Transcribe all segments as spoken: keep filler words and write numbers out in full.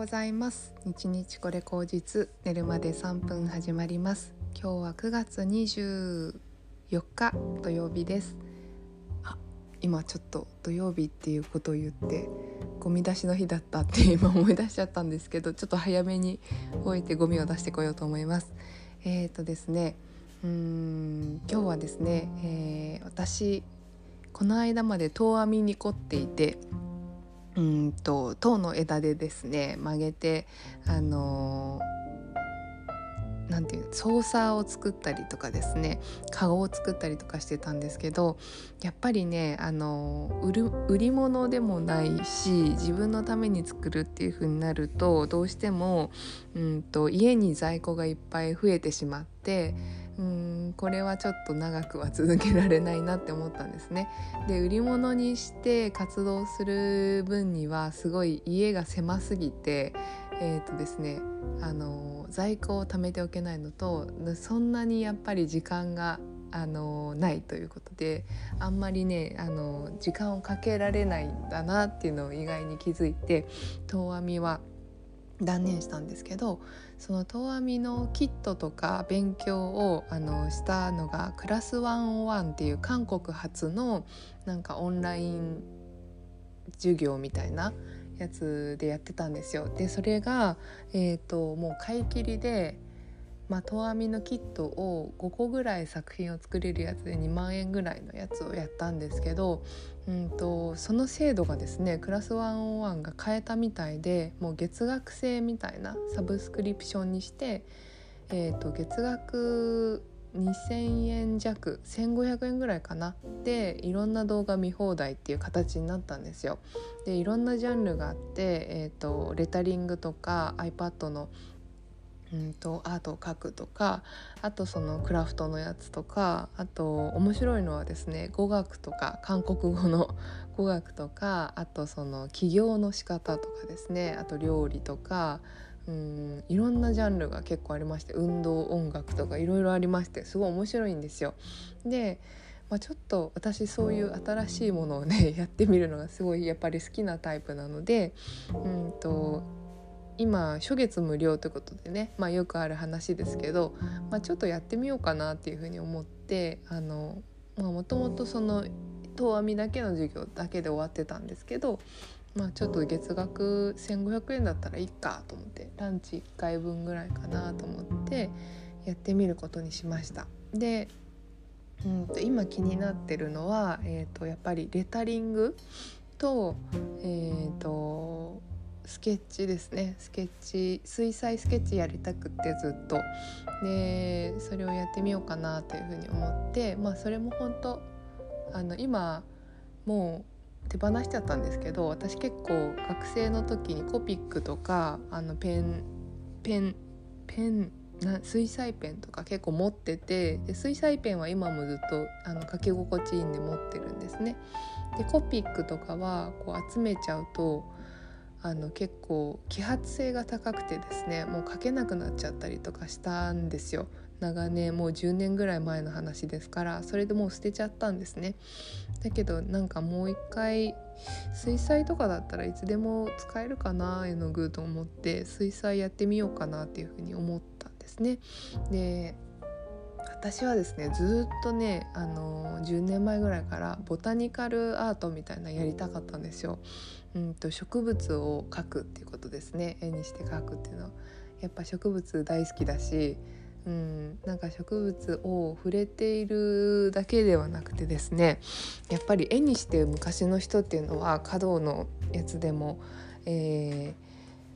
ございます。日日これ口実、寝るまでさんぷん始まります。今日はくがつにじゅうよっか土曜日です。あ、今ちょっと土曜日っていうことを言ってゴミ出しの日だったって今思い出しちゃったんですけど、ちょっと早めに終えてゴミを出してこようと思います。えーとですねうーん今日はですね、えー、私この間まで遠編みに凝っていて、うんと塔の枝でですね曲げてあのー、なんていう操作を作ったりとかですね、カゴを作ったりとかしてたんですけど、やっぱりねあのー、売る売り物でもないし自分のために作るっていう風になるとどうしてもうんと家に在庫がいっぱい増えてしまって、うーんこれはちょっと長くは続けられないなって思ったんですね。で売り物にして活動する分にはすごい家が狭すぎて、えーとですね、あの在庫を貯めておけないのと、そんなにやっぱり時間があのないということで、あんまりねあの時間をかけられないんだなっていうのを意外に気づいて、遠編みは断念したんですけど、その遠編みのキットとか勉強をあのしたのがクラスひゃくいちっていう韓国発のなんかオンライン授業みたいなやつでやってたんですよ。でそれが、えーと、もう買い切りで、まあ、遠編みのキットをごこぐらい作品を作れるやつでにまんえんぐらいのやつをやったんですけど、うんとその制度がですねクラスひゃくいちが変えたみたいで、もう月額制みたいなサブスクリプションにして、えーと月額にせんえん弱せんごひゃくえんぐらいかなでいろんな動画見放題っていう形になったんですよ。でいろんなジャンルがあって、えーとレタリングとか iPad のうんとアートを描くとか、あとそのクラフトのやつとか、あと面白いのはですね語学とか韓国語の語学とか、あとその起業の仕方とかですね、あと料理とか、うんいろんなジャンルが結構ありまして、運動音楽とかいろいろありまして、すごい面白いんですよ。でまあ、ちょっと私そういう新しいものをねやってみるのがすごいやっぱり好きなタイプなので、うんと今初月無料ということでね、まあ、よくある話ですけど、まあ、ちょっとやってみようかなっていうふうに思って、あのもともとその遠編みだけの授業だけで終わってたんですけど、まあ、ちょっと月額せんごひゃくえんだったらいいかと思って、ランチいっかいぶんぐらいかなと思ってやってみることにしました。でうんと今気になってるのは、えー、とやっぱりレタリングと、えー、とスケッチですね。スケッチ水彩スケッチやりたくってずっとでそれをやってみようかなというふうに思って、まあそれも本当あの今もう手放しちゃったんですけど、私結構学生の時にコピックとかあのペンペンペンな水彩ペンとか結構持ってて、で水彩ペンは今もずっとあの書き心地いいんで持ってるんですね。でコピックとかはこう集めちゃうとあの結構揮発性が高くてですね、もう書けなくなっちゃったりとかしたんですよ。長年もうじゅうねんぐらい前の話ですから、それでもう捨てちゃったんですね。だけどなんかもう一回水彩とかだったらいつでも使えるかな絵の具と思って水彩やってみようかなっていうふうに思ったんですね。で私はですねずっとね、あのじゅうねんまえぐらいからボタニカルアートみたいなのやりたかったんですよ。うんと植物を描くっていうことですね。絵にして描くっていうのはやっぱ植物大好きだし、うん、なんか植物を触れているだけではなくてですね、やっぱり絵にして昔の人っていうのは華道のやつでも、えー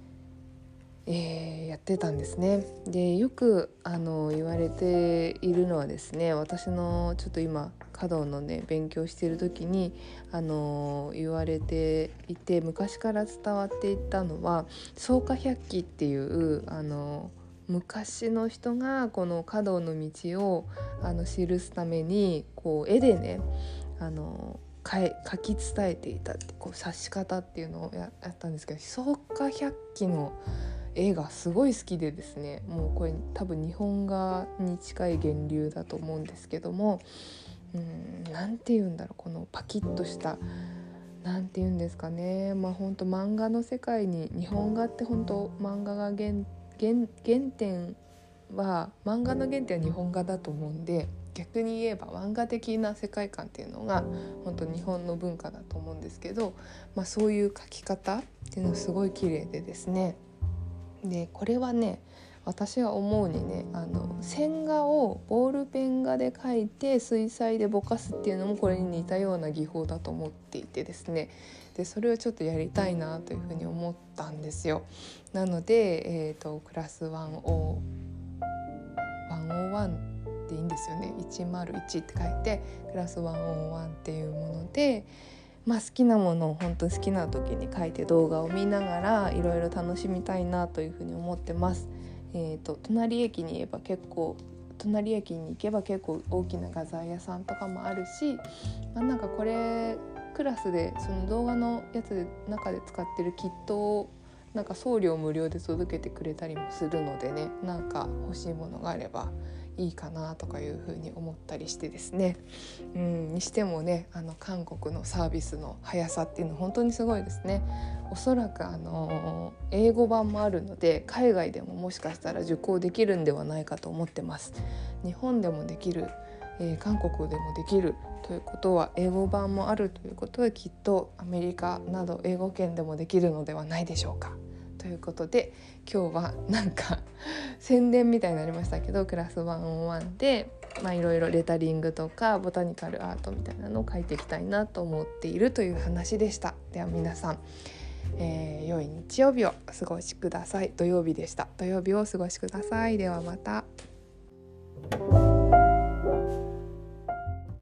えー、やってたんですね。でよくあの言われているのはですね、私のちょっと今華道のね勉強している時にあの言われていて、昔から伝わっていったのは草加百鬼っていうあの昔の人がこの華道の道をあの記すためにこう絵でねあの書き伝えていたってこう指し方っていうのを や, やったんですけど、草加百鬼の絵がすごい好きでですね、もうこれ多分日本画に近い源流だと思うんですけども、うーんなんて言うんだろう、このパキッとしたなんて言うんですかね、まあ本当漫画の世界に、日本画って本当漫画が原原原点は漫画の原点は日本画だと思うんで、逆に言えば漫画的な世界観っていうのが本当日本の文化だと思うんですけど、まあ、そういう描き方っていうのすごい綺麗でですね。でこれはね、私は思うにね、あの線画をボールペン画で描いて水彩でぼかすっていうのもこれに似たような技法だと思っていてですね、でそれをちょっとやりたいなというふうに思ったんですよ。なので、えーと、クラスひゃくいちでいいんですよね。いちまるいちって書いてクラスひゃくいちっていうもので、まあ、好きなものを本当に好きな時に書いて動画を見ながらいろいろ楽しみたいなというふうに思ってます。えーと、隣駅に言えば結構隣駅に行けば結構大きな画材屋さんとかもあるし、まあ、なんかこれクラスでその動画のやつで中で使ってるキットをなんか送料無料で届けてくれたりもするのでね、なんか欲しいものがあればいいかなとかいうふうに思ったりしてですね、うん、にしてもね、あの韓国のサービスの速さっていうのは本当にすごいですね。おそらくあの英語版もあるので海外でももしかしたら受講できるんではないかと思ってます。日本でもできる、えー、韓国でもできるということは、英語版もあるということはきっとアメリカなど英語圏でもできるのではないでしょうか。ということで今日はなんか宣伝みたいになりましたけど、クラスひゃくいちでまあいろいろレタリングとかボタニカルアートみたいなのを書いていきたいなと思っているという話でした。では皆さん、えー、良い日曜日をお過ごしください。土曜日でした。土曜日をお過ごしください。ではまた。